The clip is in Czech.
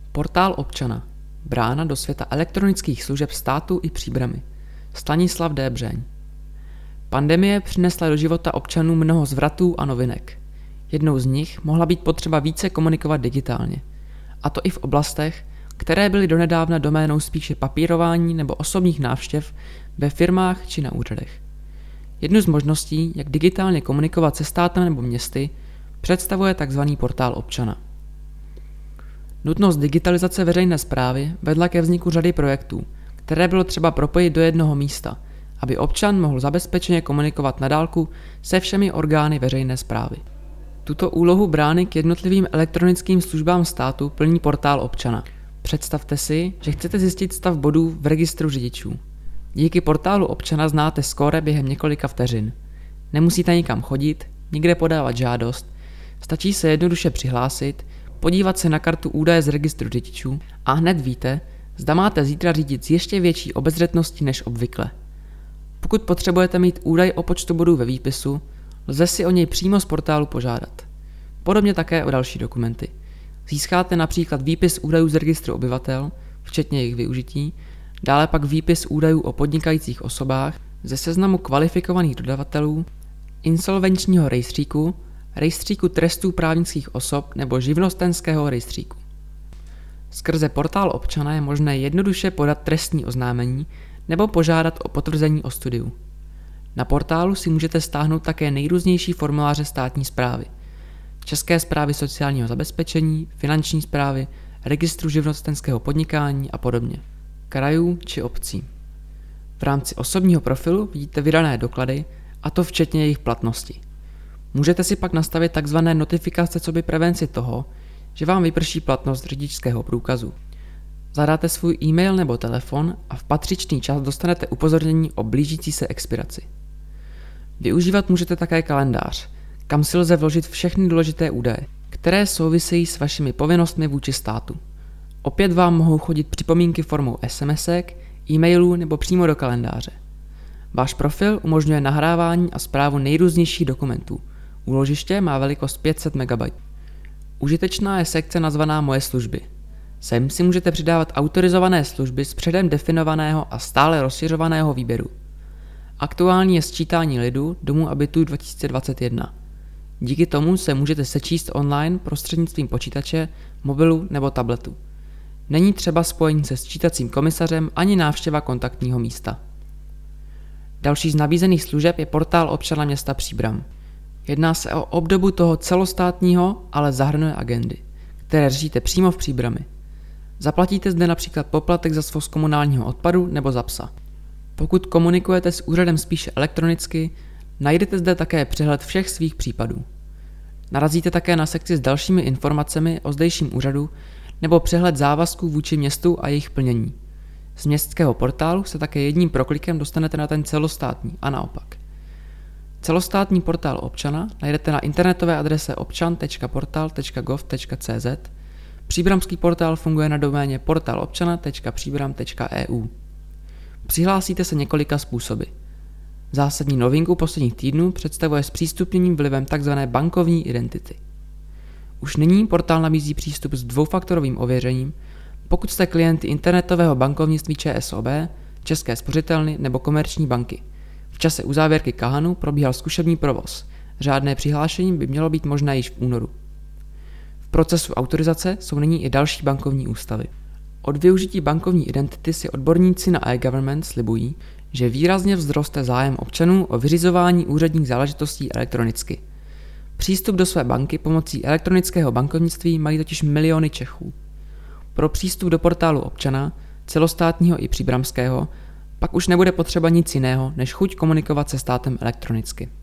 Portál občana. Brána do světa elektronických služeb státu i Příbrami. Stanislav Débřeň. Pandemie přinesla do života občanů mnoho zvratů a novinek. Jednou z nich mohla být potřeba více komunikovat digitálně. A to i v oblastech, které byly donedávna doménou spíše papírování nebo osobních návštěv ve firmách či na úřadech. Jednu z možností, jak digitálně komunikovat se státem nebo městy, představuje tzv. Portál občana. Nutnost digitalizace veřejné správy vedla ke vzniku řady projektů, které bylo třeba propojit do jednoho místa, aby občan mohl zabezpečeně komunikovat na dálku se všemi orgány veřejné správy. Tuto úlohu brány k jednotlivým elektronickým službám státu plní Portál občana. Představte si, že chcete zjistit stav bodů v registru řidičů. Díky Portálu občana znáte skóre během několika vteřin. Nemusíte nikam chodit, nikde podávat žádost, stačí se jednoduše přihlásit, podívat se na kartu údaje z registru řidičů a hned víte, zda máte zítra řídit s ještě větší obezřetností než obvykle. Pokud potřebujete mít údaj o počtu bodů ve výpisu, lze si o něj přímo z portálu požádat. Podobně také o další dokumenty. Získáte například výpis údajů z registru obyvatel, včetně jejich využití, dále pak výpis údajů o podnikajících osobách ze seznamu kvalifikovaných dodavatelů, insolvenčního rejstříku, rejstříku trestů právnických osob nebo živnostenského rejstříku. Skrze Portál občana je možné jednoduše podat trestní oznámení nebo požádat o potvrzení o studiu. Na portálu si můžete stáhnout také nejrůznější formuláře státní správy, České správy sociálního zabezpečení, finanční správy, registru živnostenského podnikání a podobně, krajů či obcí. V rámci osobního profilu vidíte vydané doklady, a to včetně jejich platnosti. Můžete si pak nastavit tzv. Notifikace coby prevenci toho, že vám vyprší platnost řidičského průkazu. Zadáte svůj e-mail nebo telefon a v patřičný čas dostanete upozornění o blížící se expiraci. Využívat můžete také kalendář, kam si lze vložit všechny důležité údaje, které souvisejí s vašimi povinnostmi vůči státu. Opět vám mohou chodit připomínky formou SMSek, e-mailů nebo přímo do kalendáře. Váš profil umožňuje nahrávání a správu nejrůznějších dokumentů. Úložiště má velikost 500 MB. Užitečná je sekce nazvaná Moje služby. Sem si můžete přidávat autorizované služby z předem definovaného a stále rozšiřovaného výběru. Aktuální je sčítání lidu domů a bytů 2021. Díky tomu se můžete sečíst online prostřednictvím počítače, mobilu nebo tabletu. Není třeba spojení se sčítacím komisařem ani návštěva kontaktního místa. Další z nabízených služeb je Portál občana města Příbram. Jedná se o obdobu toho celostátního, ale zahrnuje agendy, které řešíte přímo v Příbrami. Zaplatíte zde například poplatek za svoz komunálního odpadu nebo za psa. Pokud komunikujete s úřadem spíše elektronicky, najdete zde také přehled všech svých případů. Narazíte také na sekci s dalšími informacemi o zdejším úřadu nebo přehled závazků vůči městu a jejich plnění. Z městského portálu se také jedním proklikem dostanete na ten celostátní a naopak. Celostátní portál občana najdete na internetové adrese občan.portal.gov.cz. Příbramský portál funguje na doméně portalobčana.příbram.eu. Přihlásíte se několika způsoby. Zásadní novinku posledních týdnů představuje zpřístupněním vlivem tzv. Bankovní identity. Už nyní portál nabízí přístup s dvoufaktorovým ověřením, pokud jste klienty internetového bankovnictví ČSOB, České spořitelny nebo komerční banky. V čase uzávěrky Kahanu probíhal zkušební provoz. Řádné přihlášení by mělo být možné již v únoru. V procesu autorizace jsou nyní i další bankovní ústavy. Od využití bankovní identity si odborníci na e-government slibují, že výrazně vzroste zájem občanů o vyřizování úředních záležitostí elektronicky. Přístup do své banky pomocí elektronického bankovnictví mají totiž miliony Čechů. Pro přístup do portálu občana, celostátního i příbramského, pak už nebude potřeba nic jiného, než chuť komunikovat se státem elektronicky.